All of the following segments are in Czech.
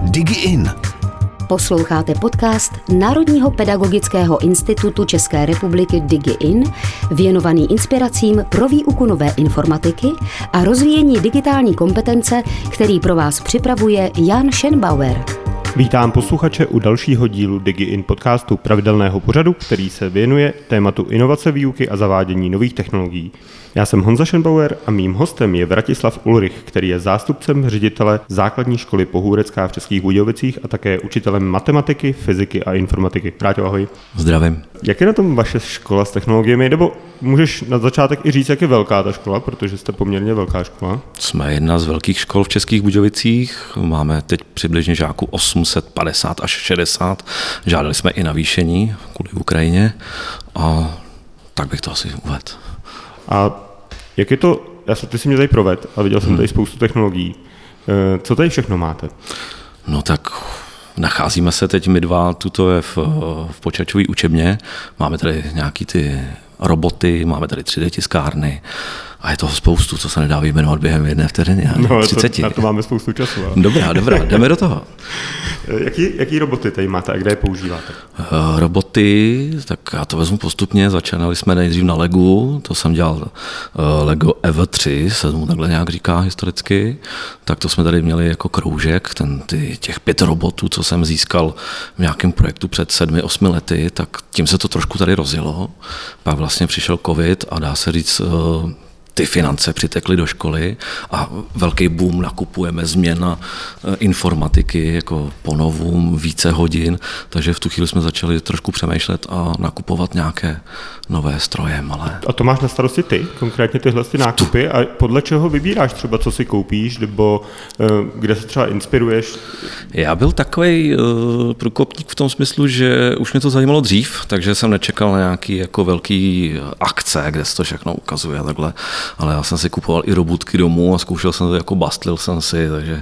DigiIn. Posloucháte podcast Národního pedagogického institutu České republiky DigiIn, věnovaný inspiracím pro výuku nové informatiky a rozvíjení digitální kompetence, který pro vás připravuje Jan Schenbauer. Vítám posluchače u dalšího dílu DigiIn podcastu, pravidelného pořadu, který se věnuje tématu inovace výuky a zavádění nových technologií. Já jsem Honza Schenbauer a mým hostem je Vratislav Ulrich, který je zástupcem ředitele základní školy Pohůrecká v Českých Budějovicích a také učitelem matematiky, fyziky a informatiky. Vráťo, ahoj. Zdravím. Jak je na tom vaše škola s technologiemi? Nebo můžeš na začátek i říct, jak je velká ta škola, protože jste poměrně velká škola? Jsme jedna z velkých škol v Českých Budějovicích. Máme teď přibližně žáků 850 až 60. Žádali jsme i navýšení kvůli Ukrajině a tak bych to asi uvedl. A jak je to, ty jsi mě tady provedl a viděl jsem tady spoustu technologií. Co tady všechno máte? No tak nacházíme se teď my dva, tuto je v počítačové učebně. Máme tady nějaký ty roboty, máme tady 3D tiskárny a je toho spoustu, co se nedá vyjmenovat během jedné vteřiny. No, 30. Na to máme spoustu času. Ale. Dobrá, jdeme do toho. Jaký roboty tady máte a kde je používáte? Roboty, tak já to vezmu postupně, začínali jsme nejdřív na Legu, to jsem dělal Lego EV3, se mu takhle nějak říká historicky, tak to jsme tady měli jako kroužek, těch 5 robotů, co jsem získal v nějakém projektu před 7-8 lety, tak tím se to trošku tady rozjelo, pak vlastně přišel covid a dá se říct, ty finance přitekly do školy a velký boom, nakupujeme změna informatiky jako po novům, více hodin, takže v tu chvíli jsme začali trošku přemýšlet a nakupovat nějaké nové stroje malé. A to máš na starosti ty, konkrétně tyhle nákupy a podle čeho vybíráš třeba, co si koupíš, nebo kde se třeba inspiruješ? Já byl takovej průkopník v tom smyslu, že už mě to zajímalo dřív, takže jsem nečekal na nějaký jako velký akce, kde se to všechno ukazuje a takhle. Ale já jsem si kupoval i robotky domů a zkoušel jsem to, jako bastlil jsem si, takže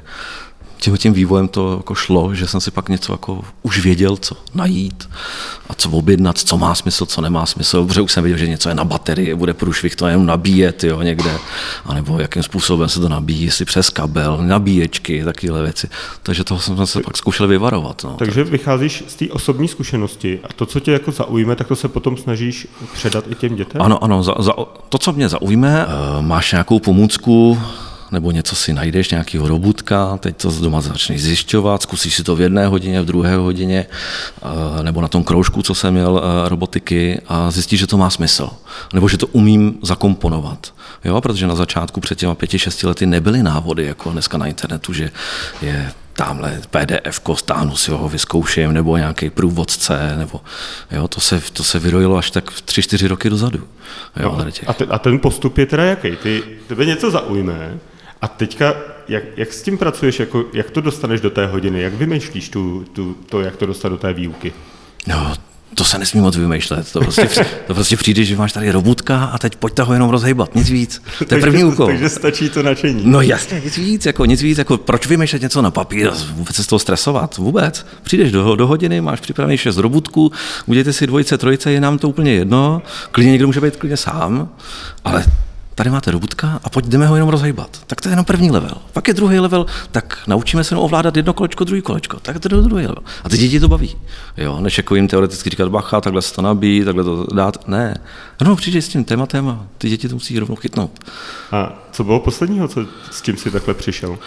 tím vývojem to jako šlo, že jsem si pak něco jako už věděl, co najít a co objednat, co má smysl, co nemá smysl, protože už jsem věděl, že něco je na baterii, bude průšvih to jenom nabíjet, jo, někde, anebo jakým způsobem se to nabíjí, jestli přes kabel, nabíječky, takovéhle věci. Takže toho jsem se pak zkoušel vyvarovat. No. Takže vycházíš z té osobní zkušenosti a to, co tě jako zaujme, tak to se potom snažíš předat i těm dětem? Ano, to, co mě zaujme, máš nějakou pomůcku, nebo něco si najdeš, nějakého robotka, teď to z doma začneš zjišťovat, zkusíš si to v 1 hodině, v 2 hodině, nebo na tom kroužku, co jsem měl robotiky a zjistíš, že to má smysl, nebo že to umím zakomponovat. Jo, protože na začátku před těma 5-6 lety nebyly návody, jako dneska na internetu, že je tamhle PDF-ko, stáhnu si ho, vyzkouším, nebo nějaký průvodce, nebo jo, to se vyrojilo až tak 3-4 roky dozadu. Jo, no, a ten postup je teda jaký? Tebe něco zaujme a teďka jak s tím pracuješ, jako, jak to dostaneš do té hodiny, jak vymýšlíš to, jak to dostat do té výuky? No, to se nesmí moc vymýšlet. To prostě přijde, že máš tady robotka a teď pojďte ho jenom rozhejbat, nic víc. To je první úkol. Takže stačí to nadšení. No jasně, nic víc, jako proč vymýšlet něco na papír, vůbec se z toho stresovat, vůbec. Přijdeš do hodiny, máš připravený 6 robotků, udějte si 2, 3, je nám to úplně jedno, klidně někdo může být klidně sám, ale tady máte robotka a jdeme ho jenom rozhejbat. Tak to je jenom první level. Pak je druhý level, tak naučíme se ovládat jedno kolečko, druhý kolečko. Tak to je druhý level. A ty děti to baví. Jo, než jako jim teoreticky říkat bacha, takhle se to nabíjí, takhle to dát. Ne. No, přijdeš s tím tématem a ty děti to musí rovnou chytnout. A co bylo posledního, s čím jsi takhle přišel?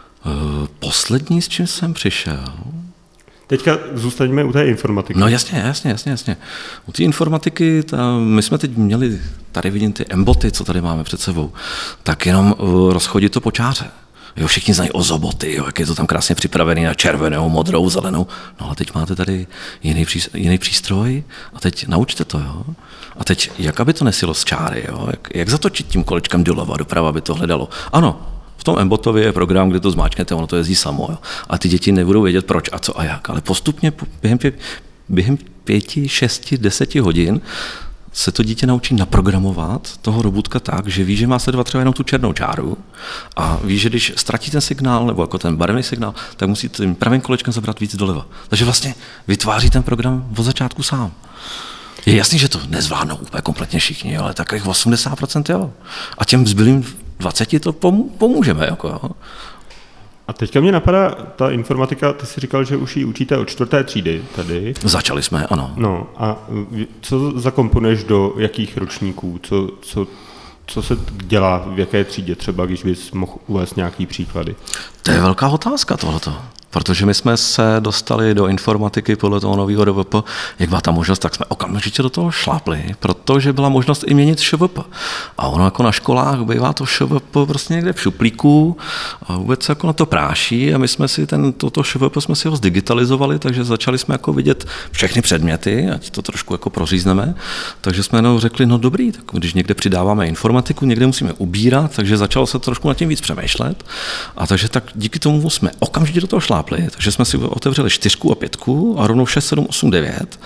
Poslední, s čím jsem přišel? Teďka zůstaňme u té informatiky. No jasně. U té informatiky, my jsme teď měli, tady vidím ty emboty, co tady máme před sebou, tak jenom rozchodit to po čáře. Jo, všichni znají ozoboty, jo, jak je to tam krásně připravený na červenou, modrou, zelenou. No ale teď máte tady jiný přístroj a teď naučte to, jo. A teď, jak aby to nesilo z čáry, jo, jak zatočit tím kolečkem doleva, doprava, aby to hledalo. Ano, v tom embotově je program, kde to zmáčknete, ono to jezdí samo, jo. A ty děti nebudou vědět proč a co a jak, ale postupně během 5, 6, 10 hodin se to dítě naučí naprogramovat toho robotka tak, že ví, že má sledovat třeba jenom tu černou čáru a ví, že když ztratí ten signál, nebo jako ten barevný signál, tak musí tím pravým kolečkem zabrat víc doleva. Takže vlastně vytváří ten program od začátku sám. Je jasný, že to nezvládnou úplně kompletně všichni, ale takových 80% jo. A těm zbylým 20 to pomůžeme. Jako, jo. A teďka mě napadá ta informatika, ty jsi říkal, že už ji učíte od 4. třídy tady. Začali jsme, ano. No a co zakomponuješ do jakých ročníků? Co se dělá v jaké třídě třeba, když bys mohl uvést nějaký příklady? To je velká otázka tohleto. Protože my jsme se dostali do informatiky podle toho nového DVP, jak byla ta možnost, tak jsme okamžitě do toho šlápli, protože byla možnost i měnit ŠVP. A ono jako na školách bývá to ŠVP prostě někde v šuplíku a vůbec se jako na to práší a my jsme si toto ŠVP jsme si ho zdigitalizovali, takže začali jsme jako vidět všechny předměty, ať to trošku jako prořízneme, takže jsme jenom řekli, no dobrý, tak když někde přidáváme informatiku, někde musíme ubírat, takže začalo se trošku nad tím víc přemýšlet a takže tak díky tomu jsme okamžitě do toho šlápli. Takže jsme si otevřeli 4 a 5 a rovnou 6, 7, 8, 9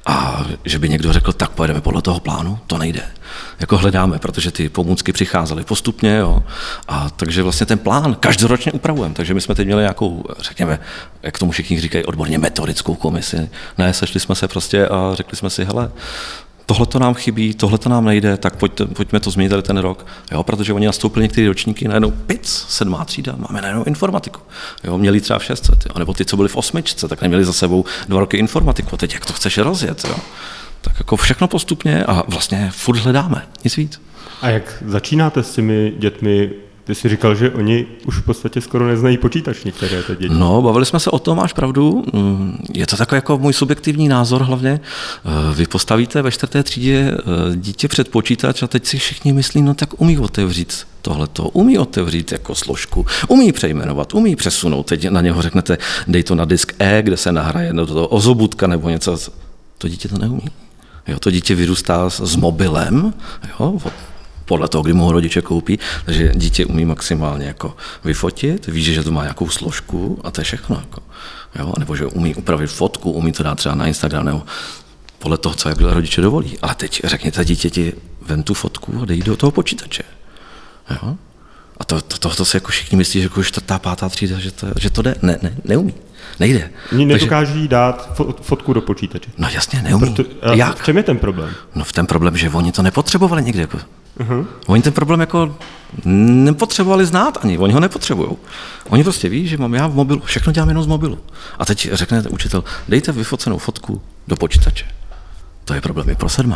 a že by někdo řekl, tak pojedeme podle toho plánu, to nejde. Jako hledáme, protože ty pomůcky přicházely postupně, jo. A takže vlastně ten plán každoročně upravujeme. Takže my jsme teď měli nějakou, řekněme, jak tomu všichni říkají odborně metodickou komisi. Ne, sešli jsme se prostě a řekli jsme si, hele, tohle to nám chybí, tohle to nám nejde, tak pojďme to změnit tady ten rok. Jo, protože oni nastoupili některé ročníky, najednou 7. třída, máme najednou informatiku. Jo, měli třeba v 6, nebo ty, co byli v 8, tak neměli za sebou 2 roky informatiku. Teď jak to chceš rozjet, jo? Tak jako všechno postupně a vlastně furt hledáme, nic víc. A jak začínáte s těmi dětmi? Ty jsi říkal, že oni už v podstatě skoro neznají počítač některé ty děti. No, bavili jsme se o tom, máš pravdu. Je to takový jako můj subjektivní názor hlavně. Vy postavíte ve 4. třídě dítě před počítač a teď si všichni myslí, no tak umí otevřít tohleto, umí otevřít jako složku, umí přejmenovat, umí přesunout. Teď na něho řeknete, dej to na disk E, kde se nahraje do toho ozobutka nebo něco. To dítě to neumí. Jo, to dítě vyrůstá s mobilem, jo, podle toho, kdy mu ho rodiče koupí, takže dítě umí maximálně jako vyfotit, ví, že to má nějakou složku a to je všechno. Jako, jo? Nebo že umí upravit fotku, umí to dát třeba na Instagram, nebo podle toho, co jak rodiče dovolí. Ale teď řekněte dítěti, vem tu fotku a dej do toho počítače. Jo? A to si jako všichni myslí, že jako 4., 5. třída, že to jde. Neumí. Nejde. Oni nedokáží dát fotku do počítače. No jasně, neumí. Jak? V čem je ten problém? No v ten problém, že oni to nepotřebovali nikdy. Jako. Oni ten problém jako nepotřebovali znát ani, oni ho nepotřebují. Oni prostě ví, že mám já v mobilu, všechno dělám jenom z mobilu. A teď řekne učitel, dejte vyfocenou fotku do počítače. To je problém i pro 7.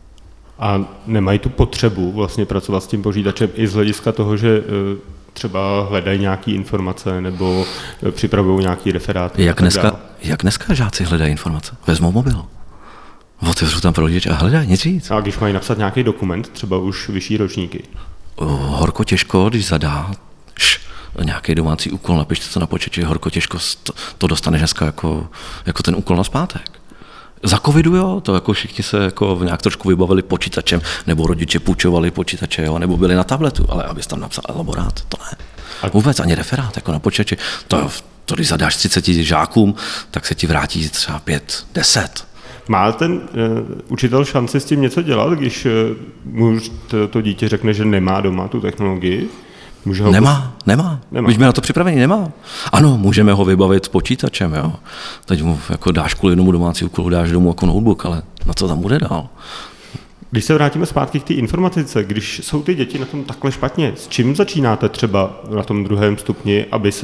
A nemají tu potřebu vlastně pracovat s tím počítačem i z hlediska toho, že třeba hledají nějaké informace nebo připravují nějaký referáty. Jak dneska žáci hledají informace? Vezmou mobil. Otevřu tam prohlížeč a hledají, nic víc. A když mají napsat nějaký dokument, třeba už vyšší ročníky? Horko těžko, když zadáš nějaký domácí úkol, napište to na počítači, horko těžko to dostaneš dneska jako ten úkol nazpátek. Za covidu, jo, to jako všichni se jako nějak trošku vybavili počítačem, nebo rodiče půjčovali počítače, jo, nebo byli na tabletu, ale abys tam napsal elaborát, to ne. Vůbec ani referát jako na počítači. To když zadáš 30 žákům, tak se ti vrátí třeba 5, 10. Má ten učitel šanci s tím něco dělat, když mu to dítě řekne, že nemá doma tu technologii? Nemá. My jsme na to připraveni, nemá. Ano, můžeme ho vybavit počítačem, jo. Teď mu jako dáš kvůli jednomu domácí úkolu, dáš domů jako notebook, ale na co tam bude dál? Když se vrátíme zpátky k té informatice, když jsou ty děti na tom takhle špatně, s čím začínáte třeba na tom 2. stupni,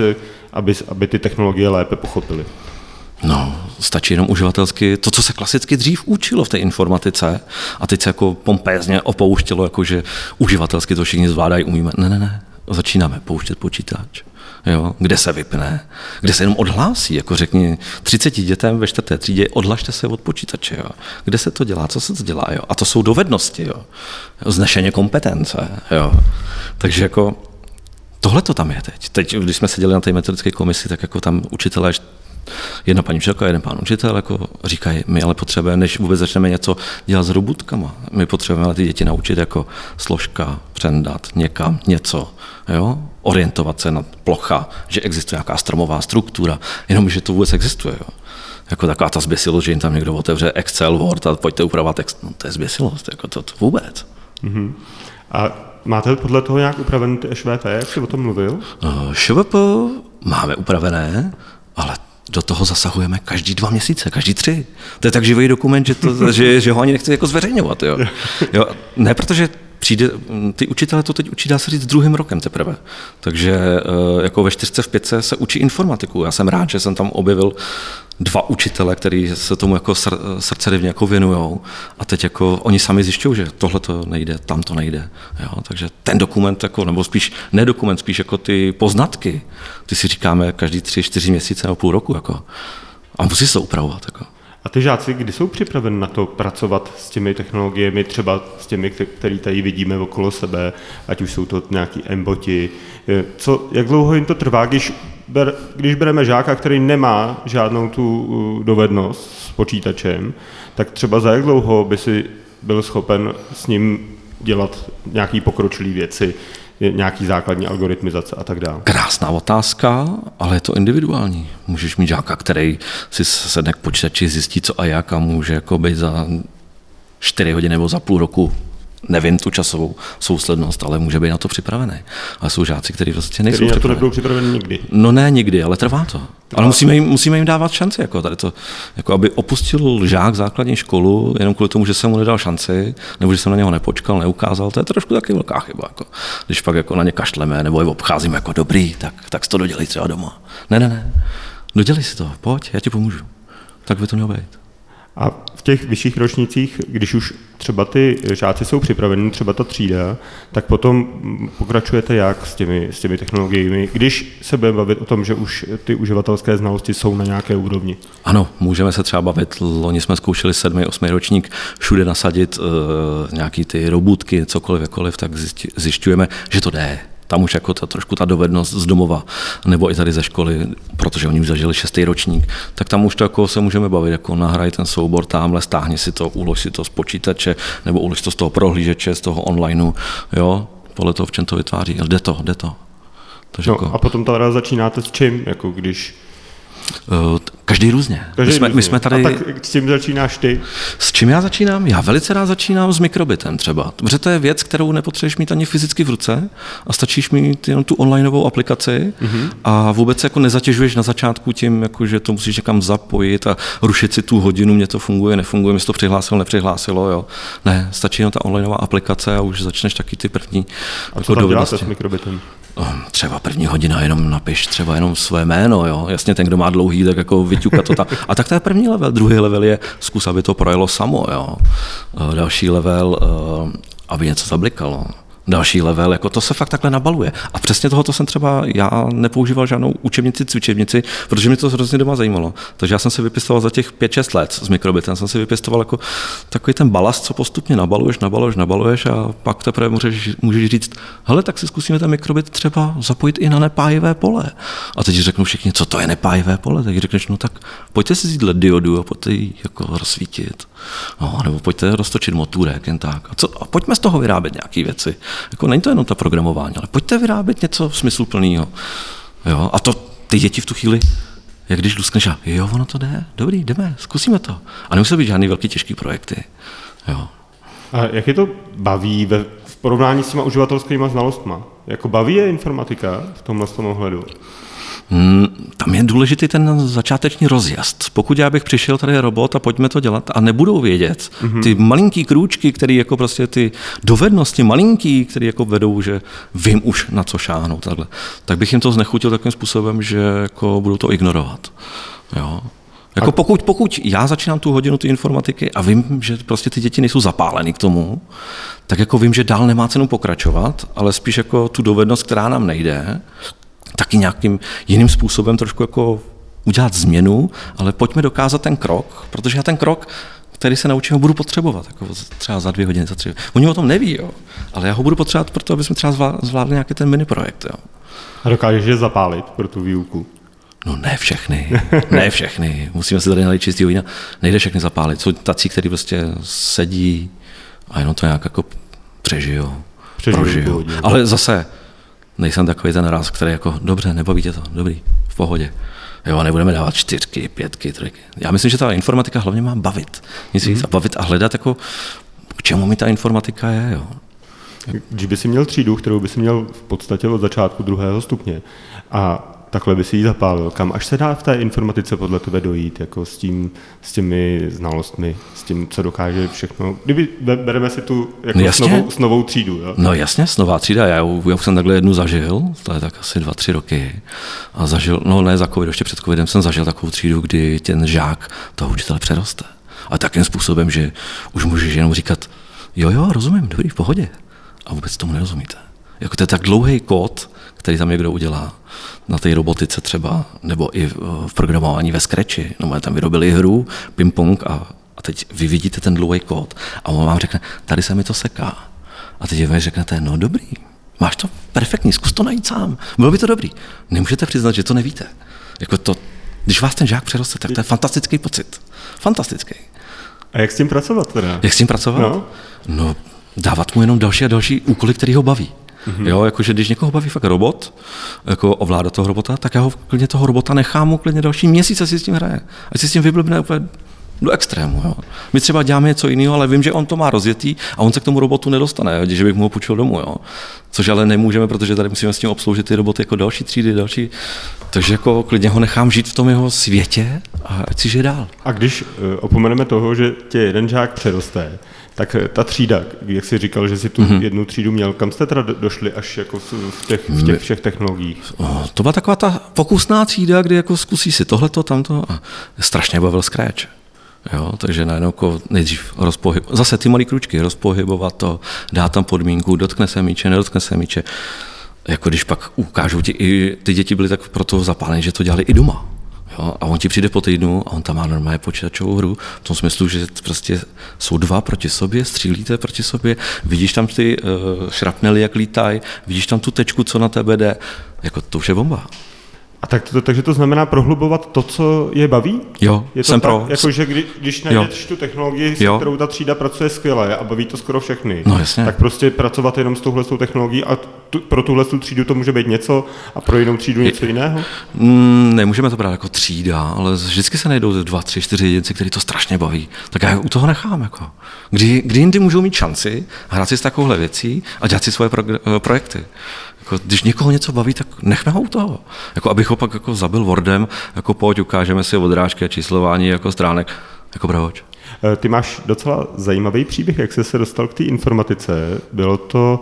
aby ty technologie lépe pochopili? No, stačí jenom uživatelsky to, co se klasicky dřív učilo v té informatice a teď se jako pompézně opouštělo, jako že uživatelsky to všichni zvládají, umíme. Ne. Začínáme pouštět počítač. Jo, kde se vypne, kde se jenom odhlásí, jako řekni 30 dětem ve 4. třídě, odhlašte se od počítače, jo. Kde se to dělá, co se to dělá, jo. A to jsou dovednosti, jo. Znešeně kompetence, jo. Takže jako tohle to tam je teď. Teď, když jsme seděli na té metodické komisi, tak jako tam učitelé, jedna paní učitelka, jeden pán učitel, jako říkají, my ale potřebujeme, než vůbec začneme něco dělat s robotkama, my potřebujeme ale ty děti naučit jako složka, přendat někam něco, jo? Orientovat se na plocha, že existuje nějaká stromová struktura, jenom že to vůbec existuje. Jo? Jako taková ta zběsilost, že jim tam někdo otevře Excel, Word a pojďte upravovat text, no to je zběsilost, jako to vůbec. Mm-hmm. A máte podle toho nějak upravené ty ŠVP, jak jsi o tom mluvil? ŠVP máme upravené, ale do toho zasahujeme každý 2 měsíce, každý 3. To je tak živý dokument, že ho ani nechci jako zveřejňovat. Jo. Ne, protože ty učitelé to teď učí, dá se říct, 2. rokem teprve. Takže jako ve 4, v 5 se učí informatiku. Já jsem rád, že jsem tam objevil 2 učitele, kteří se tomu jako srdcerivně jako věnujou a teď jako oni sami zjišťují, že tohle to nejde, tam to nejde. Jo? Takže ten dokument, jako, nebo spíš ne dokument, spíš jako ty poznatky, ty si říkáme každý 3-4 měsíce nebo půl roku. Jako. A musí se to upravovat. Jako. A ty žáci, kdy jsou připraveni na to pracovat s těmi technologiemi, třeba s těmi, které tady vidíme okolo sebe, ať už jsou to nějaký emboti, jak dlouho jim to trvá, když bereme žáka, který nemá žádnou tu dovednost s počítačem, tak třeba za jak dlouho by si byl schopen s ním dělat nějaký pokročilý věci, nějaký základní algoritmizace a tak dále. Krásná otázka, ale je to individuální. Můžeš mít žáka, který si sedne k počítači, zjistí co a jak a může jako být za 4 hodiny nebo za půl roku, nevím tu časovou souslednost, ale může být na to připravený. Ale jsou žáci, kteří vlastně nejsou připraveni. Na to nebudou připraveni nikdy. No ne nikdy, ale trvá to. Ale musíme jim dávat šanci. Jako tady to, jako aby opustil žák základní školu jenom kvůli tomu, že jsem mu nedal šanci, nebo že jsem na něho nepočkal, neukázal, to je trošku taky velká chyba. Jako. Když pak jako na ně kašleme nebo je obcházíme jako dobrý, tak si to dodělej třeba doma. Ne. Dodělej si to, pojď, já ti pomůžu. Tak by to mělo být. A v těch vyšších ročnících, když už třeba ty žáci jsou připraveni, třeba ta třída, tak potom pokračujete jak s těmi technologiemi, když se budeme bavit o tom, že už ty uživatelské znalosti jsou na nějaké úrovni? Ano, můžeme se třeba bavit, loni jsme zkoušeli 7., 8. ročník všude nasadit nějaký ty robůtky, cokoliv, jakkoliv, tak zjišťujeme, že to jde. Tam už jako trošku ta dovednost z domova, nebo i tady ze školy, protože oni už zažili 6. ročník, tak tam už to jako se můžeme bavit, jako nahraj ten soubor tamhle, stáhni si to, ulož si to z počítače, nebo ulož to z toho prohlížeče, z toho onlineu, jo, podle toho, v čem to vytváří. Jde to. Takže no, jako... A potom teda začínáte s čím, jako když... Každý různě. My jsme tady... A tak s čím začínáš ty? S čím já začínám? Já velice rád začínám s mikrobitem třeba. Protože to je věc, kterou nepotřebuješ mít ani fyzicky v ruce a stačíš mít jenom tu onlineovou aplikaci a vůbec se jako nezatěžuješ na začátku tím, jako, že to musíš někam zapojit a rušit si tu hodinu, mě to funguje, nefunguje, mě to přihlásilo, nepřihlásilo. Jo. Ne, stačí jenom ta onlineová aplikace a už začneš taky ty první. A co tam děláte s mikrobitem? Třeba první hodina jenom napiš třeba jenom své jméno, jo. Jasně ten, kdo má dlouhý, tak jako vyťukat to tam. A tak to je první level. Druhý level je zkus, aby to projelo samo, jo. Další level, aby něco zablikalo. Další level, jako to se fakt takhle nabaluje. A přesně tohoto jsem třeba, já nepoužíval žádnou učebnici, cvičebnici, protože mě to hrozně doma zajímalo. Takže já jsem si vypěstoval za těch 5-6 let s mikrobitem, jsem si vypěstoval jako takový ten balast, co postupně nabaluješ a pak teprve můžeš říct, hele, tak si zkusíme ten mikrobit třeba zapojit i na nepájivé pole. A teď řeknou všichni, co to je nepájivé pole? Tak řekneš, no tak pojďte si vzít LED diodu a pojďte ji jako rozsvítit. No, nebo pojďte roztočit motůrek, jen tak. A pojďme z toho vyrábět nějaké věci. Jako není to jenom ta programování, ale pojďte vyrábět něco smysluplného. Jo? A to ty děti v tu chvíli, jak když luskneš a jo, ono to jde, dobrý, jdeme, zkusíme to. A nemusí být žádný velký těžký projekty. Jo. A jak je to baví v porovnání s těma uživatelskými znalostma? Jako baví je informatika v tomhle ohledu? Tam je důležitý ten začáteční rozjezd. Pokud já bych přišel, tady je robot a pojďme to dělat a nebudou vědět ty malinký krůčky, které jako prostě ty dovednosti malinký, které jako vedou, že vím už na co šáhnout, takhle, tak bych jim to znechutil takovým způsobem, že jako budou to ignorovat. Jo. Jako pokud já začínám tu hodinu ty informatiky a vím, že prostě ty děti nejsou zapálený k tomu, tak jako vím, že dál nemá cenu pokračovat, ale spíš jako tu dovednost, která nám nejde, taky nějakým jiným způsobem trošku jako udělat změnu, ale pojďme dokázat ten krok, protože já ten krok, který se naučím, ho budu potřebovat, jako třeba za 2 hodiny, za 3 hodiny. Oni o tom neví, jo, ale já ho budu potřebovat proto, aby jsme třeba zvládli nějaký ten mini projekt. Jo. A dokážeš je zapálit pro tu výuku? No ne všechny. Musíme si tady nalít čistý vína. Nejde všechny zapálit. Jsou tací, kteří prostě sedí a jenom to nějak jako přežijou. Ale zase nejsem takový ten raz, který jako, dobře, nebaví tě to, dobrý, v pohodě. Jo, nebudeme dávat 4, 5, 3. Já myslím, že ta informatika hlavně má bavit. Nic víc a bavit a hledat, jako, k čemu mi ta informatika je. Jo. Když by si měl třídu, kterou by si měl v podstatě od začátku 2. stupně a takhle by si ji zapálil. Kam až se dá v té informatice podle tebe dojít, jako s těmi znalostmi, s tím, co dokáže všechno? Kdyby bereme si tu jako novou třídu. Jo? No jasně, nová třída, já už jsem takhle jednu zažil, to je tak asi 2-3 roky, a zažil, no ne za covid, ještě před covidem jsem zažil takovou třídu, kdy ten žák toho učitele přeroste. A takým způsobem, že už můžeš jenom říkat, jo, rozumím, dobrý, v pohodě. A vůbec tomu nerozumíte. Jako to je tak dlouhý kód, který tam někdo udělá na té robotice třeba, nebo i v programování ve Scratchi. No, tam vyrobili hru, ping-pong a teď vy vidíte ten dlouhý kód a on vám řekne, tady se mi to seká. A teď vy řeknete, no dobrý, máš to perfektní, zkus to najít sám, bylo by to dobrý. Nemůžete přiznat, že to nevíte. Jako to, když vás ten žák přeroste, tak to je fantastický pocit. Fantastický. A jak s tím pracovat teda? Jak s tím pracovat? No dávat mu jenom další a další úkoly, který ho baví. Mm-hmm. Jo, jakože když někoho baví fakt robot, jako ovládat toho robota, tak já ho klidně toho robota nechám mu klidně další měsíc, a si s tím hraje. Ať si s tím vyblbne úplně do extrému. Jo. My třeba děláme něco jiného, ale vím, že on to má rozjetý a on se k tomu robotu nedostane, že bych mu ho půjčil domů. Jo. Což ale nemůžeme, protože tady musíme s tím obsloužit ty roboty jako další třídy, další. Takže jako klidně ho nechám žít v tom jeho světě a ať si žije dál. A když opomeneme toho, že tě jeden žák přeroste, tak ta třída, jak jsi říkal, že jsi tu jednu třídu měl, kam jste teda došli až jako v těch všech technologiích? To byla taková ta pokusná třída, kdy jako zkusí si tohleto, tamto a strašně bavil Scratch. Jo, takže najednou jako nejdřív zase ty malé kručky, rozpohybovat to, dát tam podmínku, dotkne se míče, nedotkne se míče. Jako když pak ukážou ti, i ty děti byly tak proto zapáleny, že to dělali i doma. Jo, a on ti přijde po týdnu a on tam má normálně počítačovou hru, v tom smyslu, že prostě jsou dva proti sobě, střílíte proti sobě, vidíš tam ty šrapnely, jak lítají, vidíš tam tu tečku, co na tebe jde, jako to už je bomba. A takže to znamená prohlubovat to, co je baví? Jo, je to jsem tak, pro. Jakože když najdeš tu technologii, s kterou ta třída pracuje skvěle a baví to skoro všechny, tak prostě pracovat jenom s touhle technologií a pro tuhle třídu to může být něco a pro jinou třídu něco jiného? Nemůžeme to brát jako třída, ale vždycky se najdou 2, 3, 4 jedinci, který to strašně baví. Tak já u toho nechám. Jako. Kdy jindy můžou mít šanci hrát si s takovouhle věcí a dělat si svoje projekty. Jako, když někoho něco baví, tak nechme ho u toho. Jako, abych ho pak jako zabil Wordem, jako pojď, ukážeme si odrážky a číslování jako stránek. Jako proč? Ty máš docela zajímavý příběh, jak jsi se dostal k té informatice. Bylo to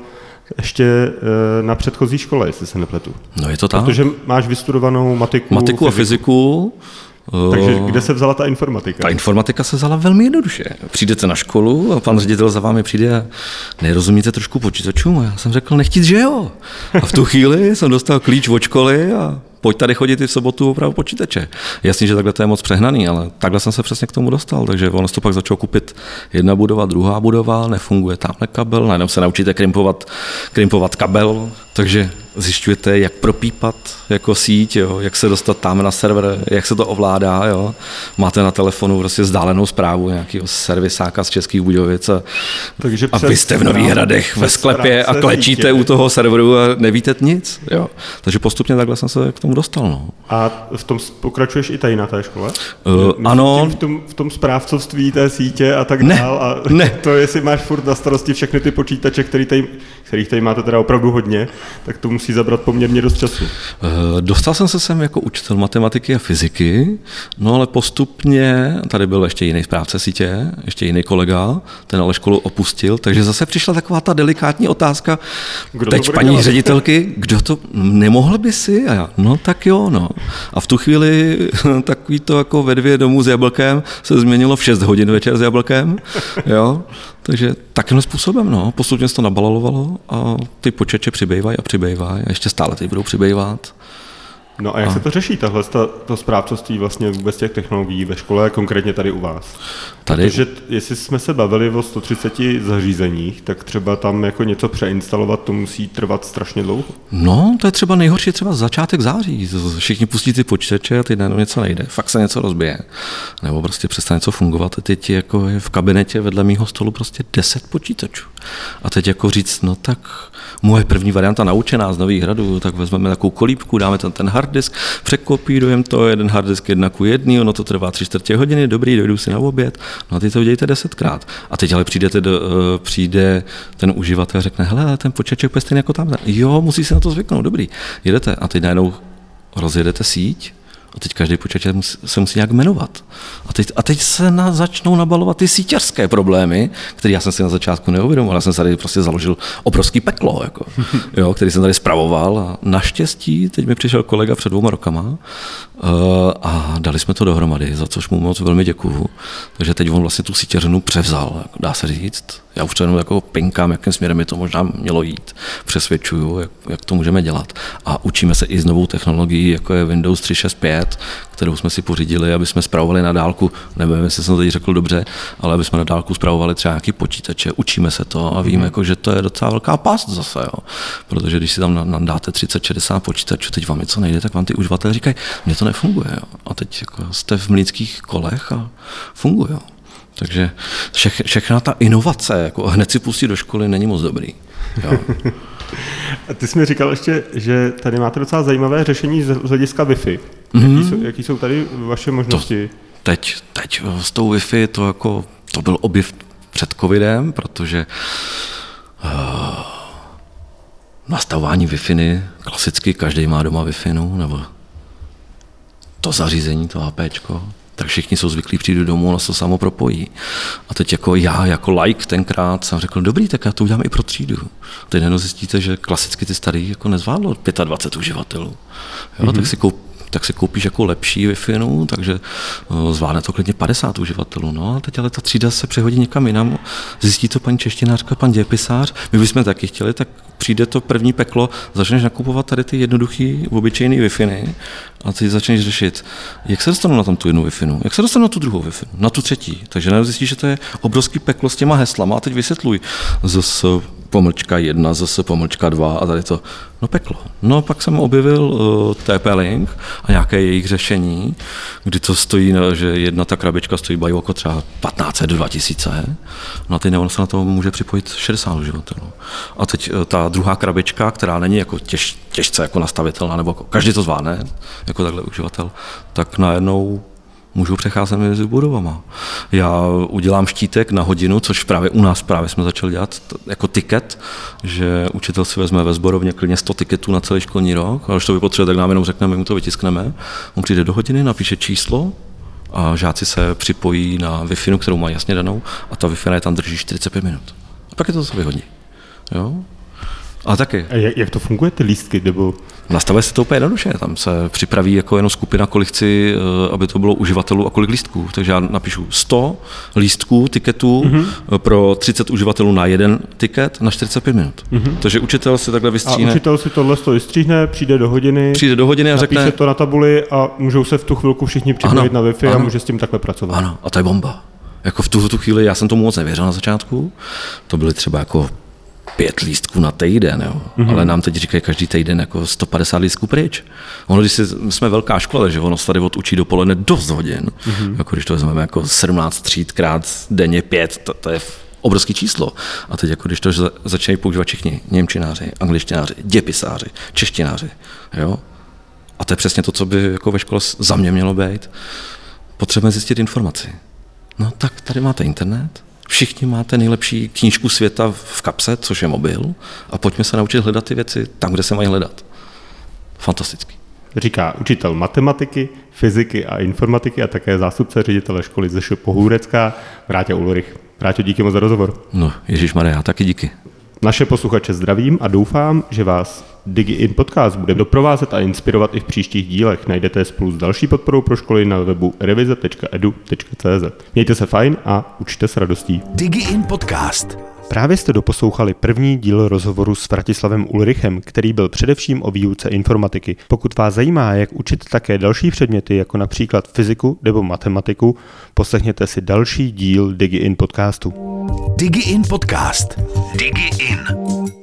ještě na předchozí škole, jestli se nepletu. No je to tak. Protože máš vystudovanou matiku a fyziku. Takže kde se vzala ta informatika? Ta informatika se vzala velmi jednoduše. Přijdete na školu a pan ředitel za vámi přijde a nerozumíte trošku počítačům. A já jsem řekl, nechtít, že jo. A v tu chvíli jsem dostal klíč od školy a pojď tady chodit i v sobotu opravdu počítače. Jasně, že takhle to je moc přehnaný, ale takhle jsem se přesně k tomu dostal. Takže ono se to pak začalo kupit jedna budova, druhá budova, nefunguje tamhle kabel, najednou se naučíte krimpovat kabel, takže zjišťujete, jak propípat jako síť, jo, jak se dostat tam na server, jak se to ovládá. Jo. Máte na telefonu prostě vzdálenou zprávu nějakého servisáka z Českých Budějovic a vy jste v Nových Hradech ve sklepě a klečíte u toho serveru a nevíte nic. Jo. Takže postupně takhle jsem se k tomu dostal. No. A v tom pokračuješ i tady na té škole? Ano. V tom správcovství té sítě a tak dál? A ne. To, jestli máš furt na starosti všechny ty počítače, kterých tady máte teda opravdu hodně, tak to musí zabrat poměrně dost času. Dostal jsem se sem jako učitel matematiky a fyziky, no ale postupně, tady byl ještě jiný správce sítě, ještě jiný kolega, ten ale školu opustil, takže zase přišla taková ta delikátní otázka, teď paní ředitelky, kdo to, nemohl by si? A já, no tak jo, no. A v tu chvíli takový to jako ve 2 domů s jablkem se změnilo v 6 hodin večer s jablkem, jo. Takže takým způsobem, no, postupně se to nabalovalo a ty počítače přibývají a ještě stále teď budou přibývat. No a jak se to řeší, to správcovství vlastně vůbec těch technologií ve škole, konkrétně tady u vás? Protože jestli jsme se bavili o 130 zařízeních, tak třeba tam jako něco přeinstalovat, to musí trvat strašně dlouho. No, to je třeba nejhorší třeba začátek září. Všichni pustí ty počítače a teď najednou něco nejde. Fakt se něco rozbije. Nebo prostě přestane něco fungovat. A teď jako je v kabinetě vedle mýho stolu prostě 10 počítačů. A teď jako říct, no tak moje první varianta naučená z Nových Hradů, tak vezmeme takovou kolíbku, dáme ten harddisk, překopírujeme to, jeden harddisk 1:1, ono to trvá 3/4 hodiny, dobrý, dojdu si na oběd, no a ty to dějte 10krát. A teď ale přijde ten uživatel a řekne, hele, ten počítač je stejný jako tam. Jo, musí se na to zvyknout, dobrý, jedete. A teď najednou rozjedete síť a teď každý počítač se musí nějak jmenovat. A teď se začnou nabalovat ty síťařské problémy, které já jsem si na začátku neuvědomil. Já jsem tady prostě založil obrovský peklo, jako, jo, který jsem tady spravoval. A naštěstí teď mi přišel kolega před 2 rokama a dali jsme to dohromady, za což mu moc velmi děkuju. Takže teď on vlastně tu síťařinu převzal, jako dá se říct. Já už to jenom jako pinkám, jakým směrem by to možná mělo jít. Přesvědčuju, jak to můžeme dělat. A učíme se i s novou technologií, jako je Windows 365, kterou jsme si pořídili, aby jsme spravovali na dálku, nevím, jestli jsem to teď řekl dobře, ale aby jsme na dálku spravovali třeba nějaký počítače, učíme se to a víme, jako, že to je docela velká past zase, jo. Protože když si tam dáte 30-60 počítačů, teď vám něco nejde, tak vám ty uživatelé říkají, mně to nefunguje, jo. A teď jako jste v mlýnských kolech a funguje, jo. Takže všechna ta inovace, jako hned si pustit do školy, není moc dobrý. Jo. A ty jsi mi říkal ještě, že tady máte docela zajímavé řešení z hlediska Wi-Fi. Jaký jsou tady vaše možnosti? Teď s tou Wi-Fi to byl objev před covidem, protože nastavování Wi-Fi, klasicky každý má doma Wi-Fi, nebo to zařízení, to APčko, tak všichni jsou zvyklí přijít domů, nás to samo propojí. A teď jako like tenkrát jsem řekl, dobrý, tak já to udělám i pro třídu. Teď jenom zjistíte, že klasicky ty starý jako nezvládlo 25 uživatelů. Jo, tak si koupíš jako lepší Wi-Fi, takže zvládne to klidně 50 uživatelů. No a teď ale ta třída se přehodí někam jinam, zjistí to paní češtinářka, pan dějepisář, my bychom taky chtěli, tak přijde to první peklo, začneš nakupovat tady ty jednoduchý, obyčejný Wi-Fi a ty začneš řešit, jak se dostanu na tam tu jednu Wi-Fi, jak se dostanu na tu druhou Wi-Fi, na tu třetí. Takže najednou zjistíš, že to je obrovský peklo s těma heslama a teď vysvětluj /1, /2 a tady to, no peklo. No pak jsem objevil TP-Link a nějaké jejich řešení, kdy to stojí, že jedna ta krabička stojí jako třeba 1500 do 2000, no a teď se na to může připojit 60 uživatelů. A teď ta druhá krabička, která není jako těžce jako nastavitelná, nebo jako každý to zvládne, jako takhle uživatel, tak najednou můžu přecházet mezi budovama. Já udělám štítek na hodinu, což právě u nás jsme začali dělat jako tiket, že učitel si vezme ve sborovně klidně 100 tiketů na celý školní rok, ale když to vypotřebuje, tak nám jenom řekneme, my mu to vytiskneme. On přijde do hodiny, napíše číslo a žáci se připojí na Wi-Fi, kterou má jasně danou a ta Wi-Fi tam drží 45 minut. A pak je to zase vyhodí. Jo? Ale taky. A jak to funguje, ty lístky? Nebo... Nastavuje se to úplně jednoduše. Tam se připraví jako jenom skupina, kolik chci, aby to bylo uživatelů a kolik lístků. Takže já napíšu 100 lístků, tiketů pro 30 uživatelů na jeden tiket na 45 minut. Takže učitel si takhle vystříhne. A učitel si tohle vystříhne, přijde do hodiny a řekne, napíše to na tabuli a můžou se v tu chvilku všichni připojit na Wi-Fi a může s tím takhle pracovat. Ano, a to je bomba. Jako v tu chvíli já jsem tomu moc nevěřil na začátku. To byly třeba jako 5 lístků na týden, jo. Ale nám teď říkají každý týden jako 150 lístků pryč. Ono, když jsme velká škola, že ono se tady odučí dopoledne dost hodin, jako když to vezmeme jako 17 tříd krát denně 5, to je obrovský číslo. A teď jako když to začínají používat všichni, němčináři, angličtináři, dějepisáři, češtináři, jo. A to je přesně to, co by jako ve škole za mě mělo být. Potřebujeme zjistit informaci. No tak tady máte internet, všichni máte nejlepší knížku světa v kapse, což je mobil, a pojďme se naučit hledat ty věci tam, kde se mají hledat. Fantastický. Říká učitel matematiky, fyziky a informatiky a také zástupce ředitele školy ze Pohůrecká Vráťa Ulrich. Vráťo, díky moc za rozhovor. No, ježišmarja, taky díky. Naše posluchače zdravím a doufám, že vás DigiIn podcast bude doprovázet a inspirovat i v příštích dílech. Najdete spolu s další podporou pro školy na webu revize.edu.cz. Mějte se fajn a učte s radostí. DigiIn podcast. Právě jste doposlouchali první díl rozhovoru s Vratislavem Ulrichem, který byl především o výuce informatiky. Pokud vás zajímá, jak učit také další předměty, jako například fyziku nebo matematiku, poslechněte si další díl DigiIn podcastu. DigiIn podcast. DigiIn.